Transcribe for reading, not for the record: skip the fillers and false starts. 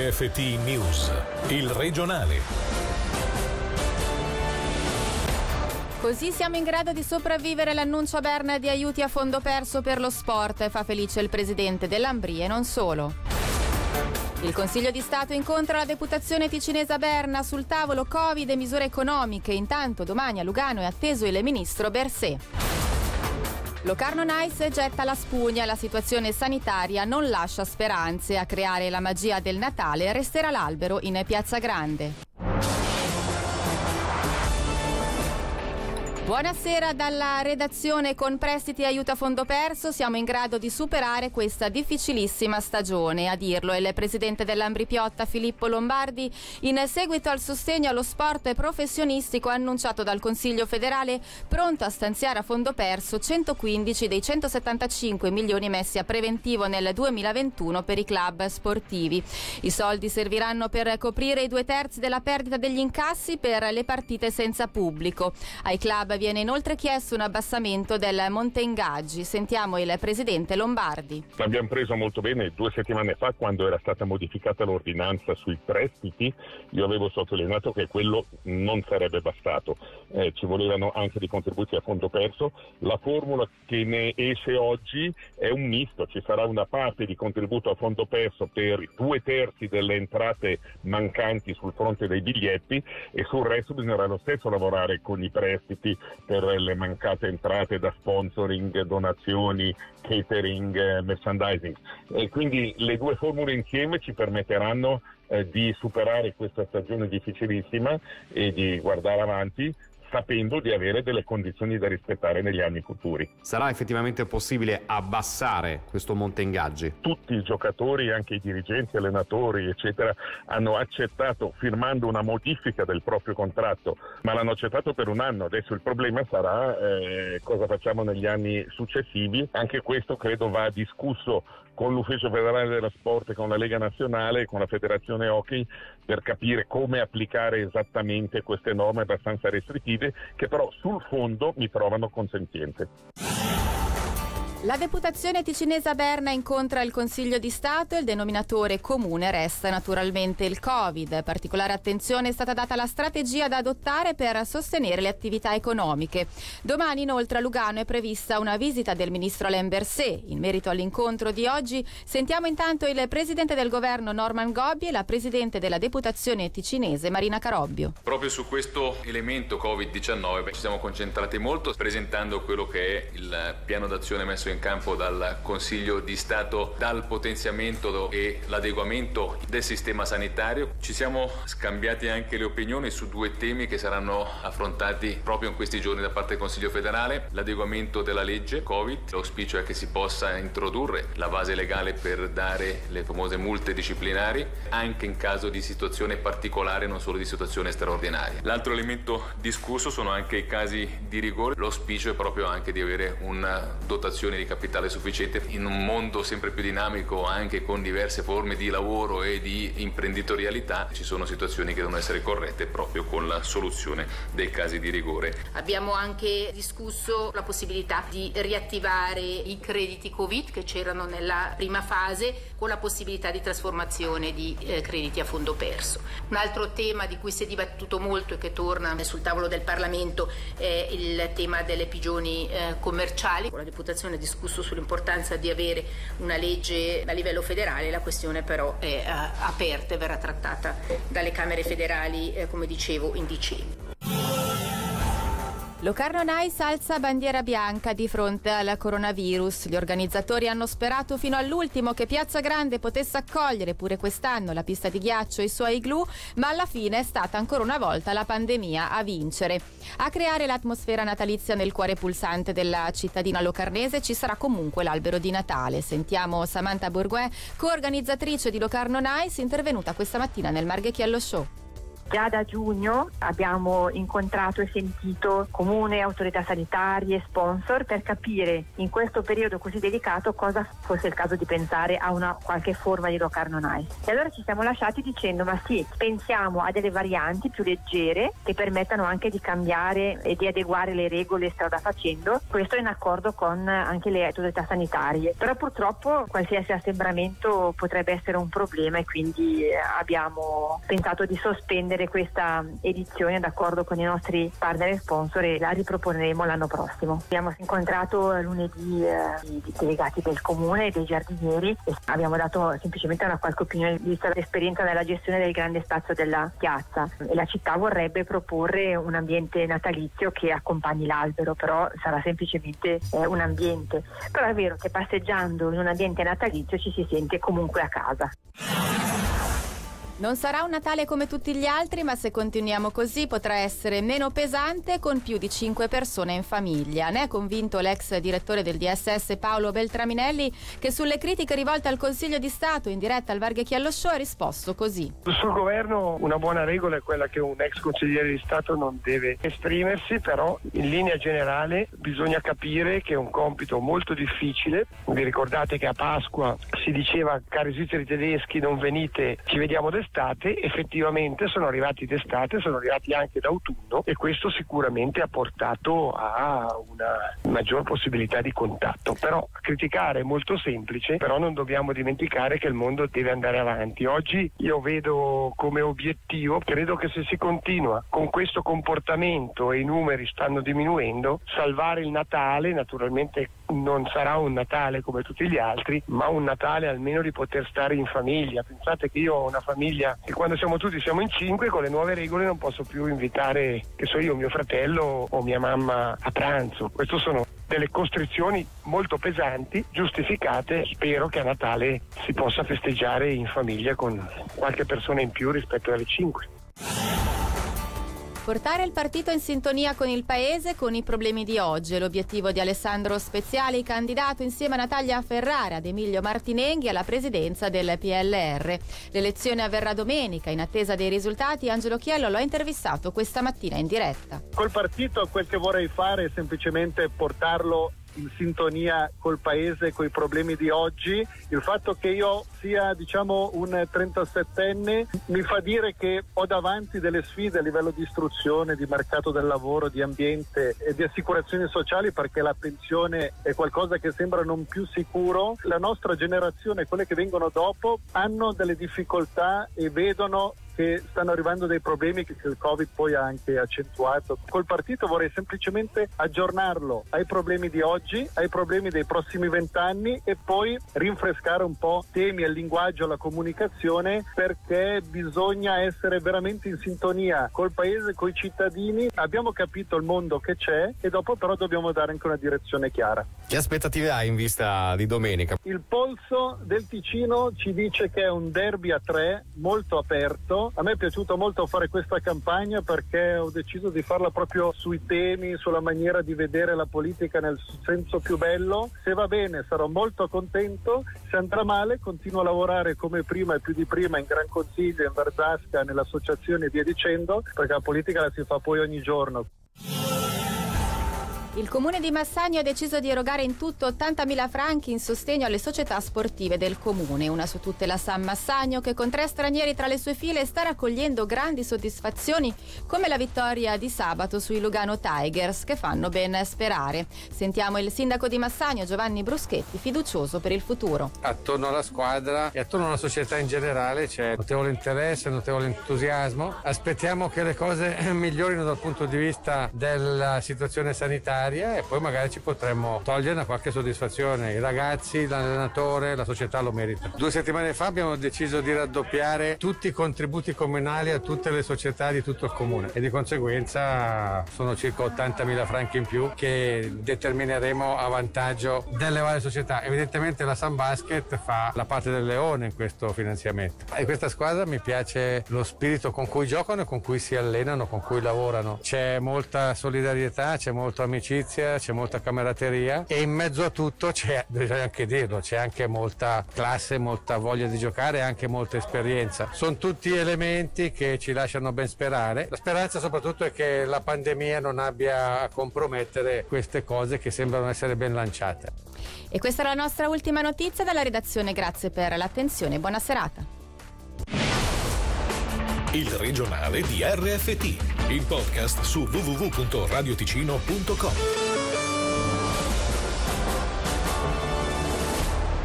TFT News, il regionale. Così siamo in grado di sopravvivere all'annuncio a Berna di aiuti a fondo perso per lo sport. Fa felice il presidente dell'Ambrì e non solo. Il Consiglio di Stato incontra la deputazione ticinese a Berna sul tavolo Covid e misure economiche. Intanto domani a Lugano è atteso il ministro Bersè. Locarno Nice getta la spugna, la situazione sanitaria non lascia speranze. A creare la magia del Natale resterà l'albero in Piazza Grande. Buonasera dalla redazione. Con prestiti e aiuto a fondo perso siamo in grado di superare questa difficilissima stagione. A dirlo è il presidente dell'Ambrì Piotta Filippo Lombardi in seguito al sostegno allo sport professionistico annunciato dal Consiglio federale, pronto a stanziare a fondo perso 115 dei 175 milioni messi a preventivo nel 2021 per i club sportivi. I soldi serviranno per coprire i 2/3 della perdita degli incassi per le partite senza pubblico. Ai club viene inoltre chiesto un abbassamento del monte ingaggi. Sentiamo il presidente Lombardi. L'abbiamo preso molto bene 2 settimane fa, quando era stata modificata l'ordinanza sui prestiti. Io avevo sottolineato che quello non sarebbe bastato, ci volevano anche dei contributi a fondo perso. La formula che ne esce oggi è un misto: ci sarà una parte di contributo a fondo perso per i 2/3 delle entrate mancanti sul fronte dei biglietti, e sul resto bisognerà lo stesso lavorare con i prestiti per le mancate entrate da sponsoring, donazioni, catering, merchandising. E quindi le due formule insieme ci permetteranno di superare questa stagione difficilissima e di guardare avanti, sapendo di avere delle condizioni da rispettare negli anni futuri. Sarà effettivamente possibile abbassare questo monte ingaggi? Tutti i giocatori, anche i dirigenti, allenatori, eccetera, hanno accettato, firmando una modifica del proprio contratto, ma l'hanno accettato per un anno. Adesso il problema sarà cosa facciamo negli anni successivi. Anche questo credo va discusso con l'Ufficio Federale dello Sport, con la Lega Nazionale, con la Federazione Hockey, per capire come applicare esattamente queste norme abbastanza restrittive, che però sul fondo mi trovano consenziente. La deputazione ticinese a Berna incontra il Consiglio di Stato e il denominatore comune resta naturalmente il Covid. Particolare attenzione è stata data alla strategia da adottare per sostenere le attività economiche. Domani inoltre a Lugano è prevista una visita del ministro Alain Berset. In merito all'incontro di oggi sentiamo intanto il presidente del governo Norman Gobbi e la presidente della deputazione ticinese Marina Carobbio. Proprio su questo elemento Covid-19 ci siamo concentrati molto, presentando quello che è il piano d'azione messo in campo dal Consiglio di Stato, dal potenziamento e l'adeguamento del sistema sanitario. Ci siamo scambiati anche le opinioni su 2 temi che saranno affrontati proprio in questi giorni da parte del Consiglio federale: l'adeguamento della legge Covid. L'auspicio è che si possa introdurre la base legale per dare le famose multe disciplinari anche in caso di situazione particolare, non solo di situazione straordinaria. L'altro elemento discusso sono anche i casi di rigore. L'auspicio è proprio anche di avere una dotazione di capitale sufficiente in un mondo sempre più dinamico, anche con diverse forme di lavoro e di imprenditorialità. Ci sono situazioni che devono essere corrette proprio con la soluzione dei casi di rigore. Abbiamo anche discusso la possibilità di riattivare i crediti Covid che c'erano nella prima fase, con la possibilità di trasformazione di crediti a fondo perso. Un altro tema di cui si è dibattuto molto e che torna sul tavolo del Parlamento è il tema delle pigioni commerciali. La deputazione ha discusso sull'importanza di avere una legge a livello federale. La questione però è aperta e verrà trattata dalle Camere federali, come dicevo, in dicembre. Locarno Nice alza bandiera bianca di fronte al coronavirus. Gli organizzatori hanno sperato fino all'ultimo che Piazza Grande potesse accogliere pure quest'anno la pista di ghiaccio e i suoi igloo, ma alla fine è stata ancora una volta la pandemia a vincere. A creare l'atmosfera natalizia nel cuore pulsante della cittadina locarnese ci sarà comunque l'albero di Natale. Sentiamo Samantha Bourguin, coorganizzatrice di Locarno Nice, intervenuta questa mattina nel Marghecchiello Show. Già da giugno abbiamo incontrato e sentito comune, autorità sanitarie, sponsor per capire in questo periodo così delicato cosa fosse il caso di pensare a una qualche forma di low-carb non-ice. E allora ci siamo lasciati dicendo ma sì, pensiamo a delle varianti più leggere che permettano anche di cambiare e di adeguare le regole strada facendo, questo in accordo con anche le autorità sanitarie. Però purtroppo qualsiasi assembramento potrebbe essere un problema e quindi abbiamo pensato di sospendere questa edizione d'accordo con i nostri partner e sponsor e la riproporremo l'anno prossimo. Abbiamo incontrato lunedì i delegati del comune e dei giardinieri e abbiamo dato semplicemente una qualche opinione vista l'esperienza nella gestione del grande spazio della piazza e la città vorrebbe proporre un ambiente natalizio che accompagni l'albero, però sarà semplicemente un ambiente. Però è vero che passeggiando in un ambiente natalizio ci si sente comunque a casa. Non sarà un Natale come tutti gli altri, ma se continuiamo così potrà essere meno pesante con più di 5 persone in famiglia. Ne è convinto l'ex direttore del DSS Paolo Beltraminelli, che sulle critiche rivolte al Consiglio di Stato in diretta al Varghe Chiallo Show ha risposto così. Sul governo una buona regola è quella che un ex consigliere di Stato non deve esprimersi, però in linea generale bisogna capire che è un compito molto difficile. Vi ricordate che a Pasqua si diceva cari svizzeri tedeschi non venite, ci vediamo d'estate, effettivamente sono arrivati d'estate, sono arrivati anche d'autunno e questo sicuramente ha portato a una maggior possibilità di contatto. Però criticare è molto semplice, però non dobbiamo dimenticare che il mondo deve andare avanti. Oggi io vedo come obiettivo, credo che se si continua con questo comportamento e i numeri stanno diminuendo, salvare il Natale. Naturalmente non sarà un Natale come tutti gli altri, ma un Natale almeno di poter stare in famiglia. Pensate che io ho una famiglia e quando siamo in 5, con le nuove regole non posso più invitare, che so io, mio fratello o mia mamma a pranzo. Questo sono delle costrizioni molto pesanti, giustificate. Spero che a Natale si possa festeggiare in famiglia con qualche persona in più rispetto alle 5. Portare il partito in sintonia con il paese, con i problemi di oggi, è l'obiettivo di Alessandro Speziali, candidato insieme a Natalia Ferrara ad Emilio Martinenghi alla presidenza del PLR. L'elezione avverrà domenica, in attesa dei risultati. Angelo Chiello lo ha intervistato questa mattina in diretta. Col partito quel che vorrei fare è semplicemente portarlo in sintonia col paese, coi problemi di oggi. Il fatto che io sia un 37enne mi fa dire che ho davanti delle sfide a livello di istruzione, di mercato del lavoro, di ambiente e di assicurazioni sociali, perché la pensione è qualcosa che sembra non più sicuro. La nostra generazione e quelle che vengono dopo hanno delle difficoltà e vedono che stanno arrivando dei problemi che il Covid poi ha anche accentuato. Col partito vorrei semplicemente aggiornarlo ai problemi di oggi, ai problemi dei prossimi 20 anni e poi rinfrescare un po' temi, il linguaggio, la comunicazione, perché bisogna essere veramente in sintonia col paese, coi cittadini. Abbiamo capito il mondo che c'è e dopo però dobbiamo dare anche una direzione chiara. Che aspettative hai in vista di domenica? Il polso del Ticino ci dice che è un derby a 3 molto aperto. A me è piaciuto molto fare questa campagna perché ho deciso di farla proprio sui temi, sulla maniera di vedere la politica nel senso più bello. Se va bene sarò molto contento, se andrà male continuo a lavorare come prima e più di prima in Gran Consiglio, in Verzasca, nell'associazione e via dicendo, perché la politica la si fa poi ogni giorno. Il comune di Massagno ha deciso di erogare in tutto 80.000 franchi in sostegno alle società sportive del comune, una su tutte la San Massagno, che con 3 stranieri tra le sue file sta raccogliendo grandi soddisfazioni come la vittoria di sabato sui Lugano Tigers, che fanno ben sperare. Sentiamo il sindaco di Massagno, Giovanni Bruschetti, fiducioso per il futuro. Attorno alla squadra e attorno alla società in generale c'è notevole interesse, notevole entusiasmo. Aspettiamo che le cose migliorino dal punto di vista della situazione sanitaria e poi magari ci potremmo togliere una qualche soddisfazione. I ragazzi, l'allenatore, la società lo merita. 2 settimane fa abbiamo deciso di raddoppiare tutti i contributi comunali a tutte le società di tutto il comune e di conseguenza sono circa 80.000 franchi in più che determineremo a vantaggio delle varie società. Evidentemente la San Basket fa la parte del leone in questo finanziamento e questa squadra mi piace lo spirito con cui giocano e con cui si allenano, con cui lavorano. C'è molta solidarietà, c'è molto amicizia, amicizia, c'è molta camaraderia e in mezzo a tutto bisogna anche dirlo, c'è anche molta classe, molta voglia di giocare e anche molta esperienza. Sono tutti elementi che ci lasciano ben sperare. La speranza soprattutto è che la pandemia non abbia a compromettere queste cose che sembrano essere ben lanciate. E questa è la nostra ultima notizia dalla redazione. Grazie per l'attenzione e buona serata. Il regionale di RFT, il podcast su www.radioticino.com.